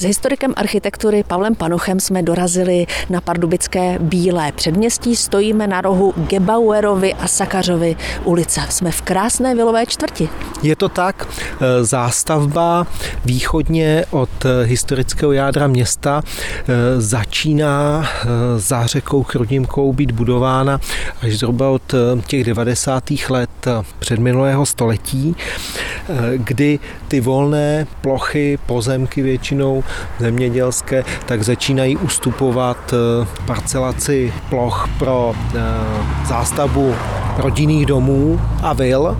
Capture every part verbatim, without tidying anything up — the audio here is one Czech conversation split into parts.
S historikem architektury Pavlem Panuchem jsme dorazili na pardubické Bílé předměstí. Stojíme na rohu Gebauerovy a Sakařovy ulice. Jsme v krásné vilové čtvrti. Je to tak. Zástavba východně od historického jádra města začíná za řekou Chrudimkou být budována až zhruba od těch devadesátých let předminulého století, kdy ty volné plochy, pozemky většinou zemědělské, tak začínají ustupovat parcelaci ploch pro zástavbu rodinných domů a vil.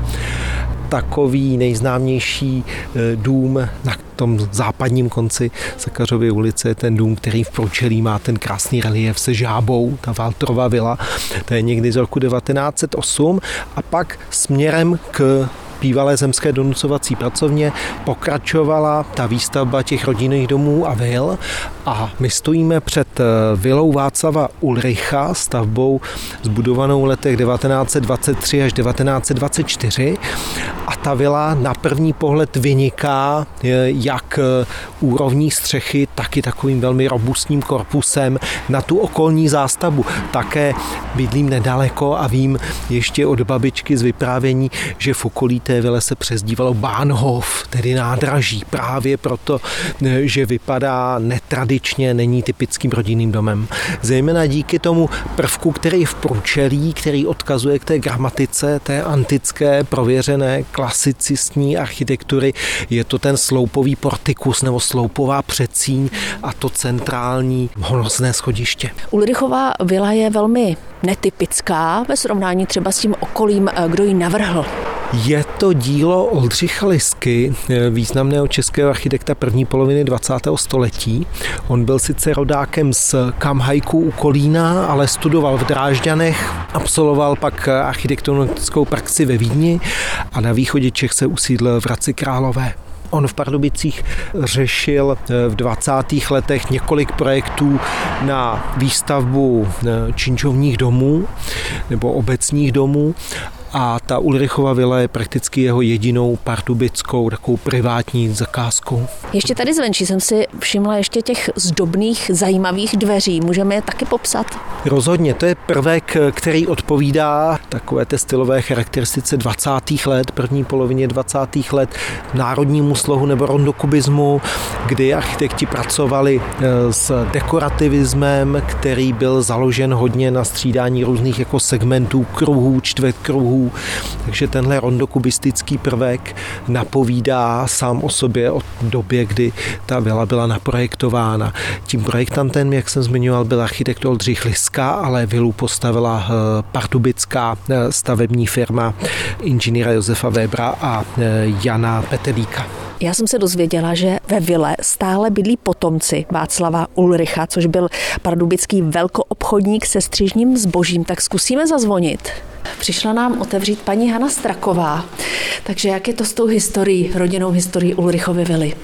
Takový nejznámější dům na tom západním konci Sakařovy ulice je ten dům, který v průčelí má ten krásný relief se žábou, ta Walterova vila. To je někdy z roku devatenáct set osm a pak směrem k bývalé zemské donucovací pracovně pokračovala ta výstavba těch rodinných domů a vil a my stojíme před vilou Václava Ulricha, stavbou zbudovanou v letech devatenáct set dvacet tři až devatenáct set dvacet čtyři a ta vila na první pohled vyniká jak úrovní střechy, tak i takovým velmi robustním korpusem na tu okolní zástavbu. Také bydlím nedaleko a vím ještě od babičky z vyprávění, že v okolí té vile se přezdívalo Bahnhof, tedy nádraží, právě proto, že vypadá netradičně, není typickým rodinným domem. Zejména díky tomu prvku, který je v průčelí, který odkazuje k té gramatice, té antické, prověřené, klasicistní architektury, je to ten sloupový portikus nebo sloupová předsíň a to centrální honosné schodiště. Ulrichová vila je velmi netypická ve srovnání třeba s tím okolím, kdo ji navrhl. Je to dílo Oldřicha Lisky, významného českého architekta první poloviny dvacátého století. On byl sice rodákem z Kamhajku u Kolína, ale studoval v Drážďanech, absolvoval pak architektonickou praxi ve Vídni a na východě Čech se usídlil v Hradci Králové. On v Pardubicích řešil v dvacátých letech několik projektů na výstavbu činžovních domů nebo obecních domů a ta Ulrichova vila je prakticky jeho jedinou pardubickou takovou privátní zakázkou. Ještě tady zvenčí jsem si všimla ještě těch zdobných zajímavých dveří. Můžeme je taky popsat? Rozhodně, to je prvek, který odpovídá takové té stylové charakteristice dvacátých let, první polovině dvacátých let, národnímu slohu nebo rondokubismu, kdy architekti pracovali s dekorativismem, který byl založen hodně na střídání různých jako segmentů, kruhů, čtvrtkruhů. Takže tenhle rondokubistický prvek napovídá sám o sobě o době, kdy ta vila byla naprojektována. Tím projektantem, jak jsem zmiňoval, byl architekt Oldřich Liska, ale vilu postavila pardubická stavební firma inženýra Josefa Webera a Jana Petelíka. Já jsem se dozvěděla, že ve vile stále bydlí potomci Václava Ulricha, což byl pardubický velkoobchodník se střižním zbožím. Tak zkusíme zazvonit. Přišla nám otevřít paní Hana Straková. Takže jak je to s tou historií, rodinnou historií Ulrichovy vily?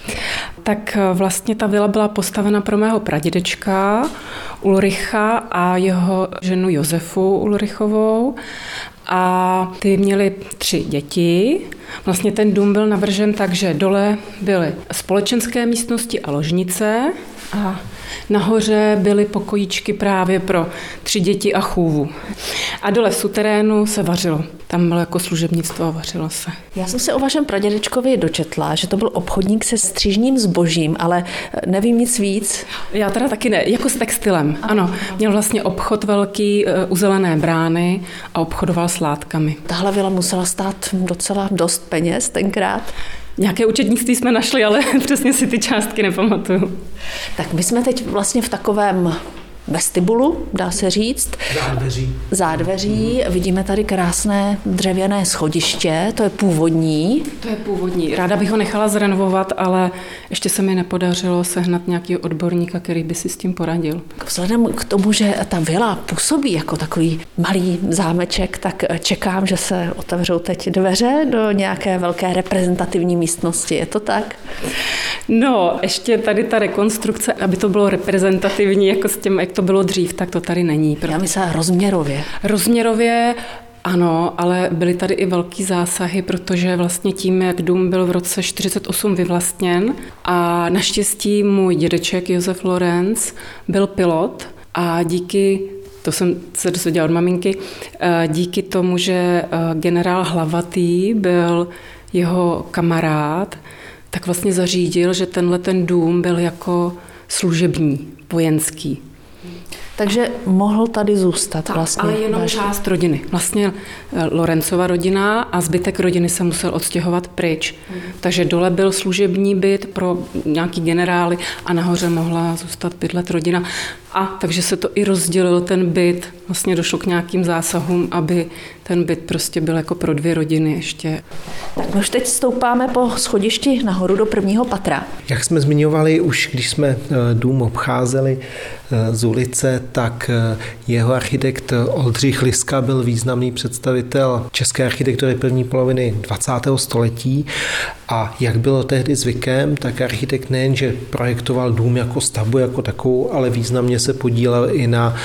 Tak vlastně ta vila byla postavena pro mého pradědečka Ulricha a jeho ženu Josefu Ulrichovou. A ty měli tři děti. Vlastně ten dům byl navržen tak, že dole byly společenské místnosti a ložnice a nahoře byly pokojíčky právě pro tři děti a chůvu. A dole v suterénu se vařilo. Tam bylo jako služebnictvo a vařilo se. Já jsem se o vašem pradědečkovi dočetla, že to byl obchodník se střižním zbožím, ale nevím nic víc. Já teda taky ne, jako s textilem. Ano, měl vlastně obchod velký u Zelené brány a obchodoval s látkami. Tahle vila musela stát docela dost peněz tenkrát. Nějaké účetnictví jsme našli, ale přesně si ty částky nepamatuju. Tak my jsme teď vlastně v takovém vestibulu, dá se říct. Zádveří. Zádveří. Vidíme tady krásné dřevěné schodiště, to je původní. To je původní. Ráda bych ho nechala zrenovovat, ale ještě se mi nepodařilo sehnat nějaký odborníka, který by si s tím poradil. Vzhledem k tomu, že ta vila působí jako takový malý zámeček, tak čekám, že se otevřou teď dveře do nějaké velké reprezentativní místnosti. Je to tak? No, ještě tady ta rekonstrukce, aby to bylo reprezentativní, jako s tím, jak to bylo dřív, tak to tady není. Já myslím rozměrově. Rozměrově Ano, ale byly tady i velký zásahy, protože vlastně tím, jak dům byl v roce čtyřicet osm vyvlastněn a naštěstí můj dědeček Josef Lorenz byl pilot a díky, to jsem se dozvěděla od maminky, díky tomu, že generál Hlavatý byl jeho kamarád, tak vlastně zařídil, že tenhle ten dům byl jako služební, vojenský. Takže mohl tady zůstat tak, vlastně. Ale jenom váš... část rodiny. Vlastně Lorencova rodina a zbytek rodiny se musel odstěhovat pryč. Mm. Takže dole byl služební byt pro nějaký generály a nahoře mohla zůstat bydlet rodina. A takže se to i rozdělil ten byt. Vlastně došlo k nějakým zásahům, aby ten byt prostě byl jako pro dvě rodiny ještě. Tak my už teď stoupáme po schodišti nahoru do prvního patra. Jak jsme zmiňovali už, když jsme dům obcházeli z ulice, tak jeho architekt Oldřich Liska byl významný představitel české architektury první poloviny dvacátého století a jak bylo tehdy zvykem, tak architekt nejenže projektoval dům jako stavbu jako takovou, ale významně se podílel i na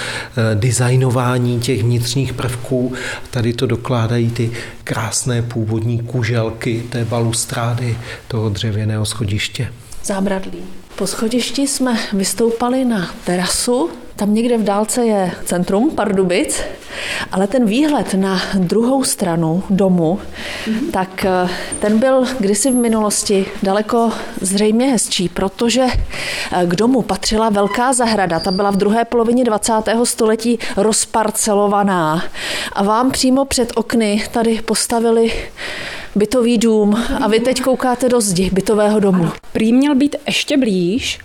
designování těch vnitřních prvků. Tady to dokládají ty krásné původní kuželky té balustrády toho dřevěného schodiště. Zábradlí. Po schodišti jsme vystoupali na terasu. Tam někde v dálce je centrum Pardubic, ale ten výhled na druhou stranu domu, mm-hmm. tak ten byl kdysi v minulosti daleko zřejmě hezčí, protože k domu patřila velká zahrada. Ta byla v druhé polovině dvacátého století rozparcelovaná a vám přímo před okny tady postavili bytový dům a vy teď koukáte do zdi bytového domu. Prý měl být ještě blíž,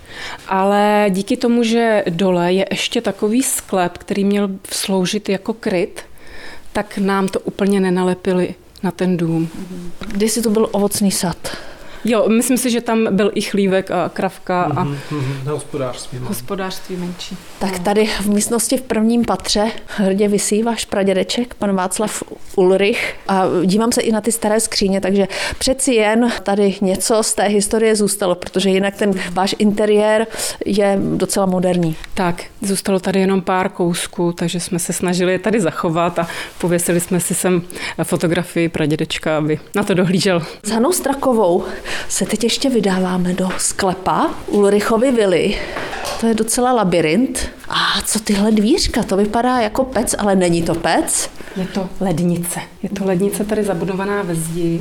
ale díky tomu, že dole je ještě takový sklep, který měl sloužit jako kryt, tak nám to úplně nenalepili na ten dům. Kdysi to byl ovocný sad. Jo, myslím si, že tam byl i chlívek a kravka a mm-hmm, hospodářství. Hospodářství menší. Tak tady v místnosti v prvním patře hrdě visí váš pradědeček, pan Václav Ulrich a dívám se i na ty staré skříně, takže přeci jen tady něco z té historie zůstalo, protože jinak ten váš interiér je docela moderní. Tak, zůstalo tady jenom pár kousků, takže jsme se snažili je tady zachovat a pověsili jsme si sem fotografii pradědečka, aby na to dohlížel. S Hanou Strakovou se teď ještě vydáváme do sklepa Ulrichovy vily. To je docela labyrint. A co tyhle dvířka? To vypadá jako pec, ale není to pec. Je to lednice. Je to lednice tady zabudovaná ve zdi.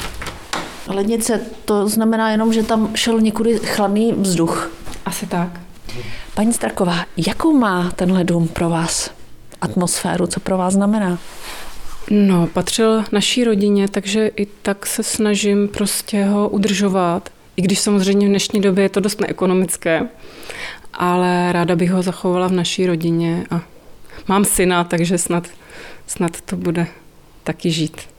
Lednice, to znamená jenom, že tam šel někudy chladný vzduch. Asi tak. Paní Straková, jakou má tenhle dům pro vás atmosféru? Co pro vás znamená? No, patřil naší rodině, takže i tak se snažím prostě ho udržovat. I když samozřejmě v dnešní době je to dost neekonomické, ale ráda bych ho zachovala v naší rodině a mám syna, takže snad, snad to bude taky žít.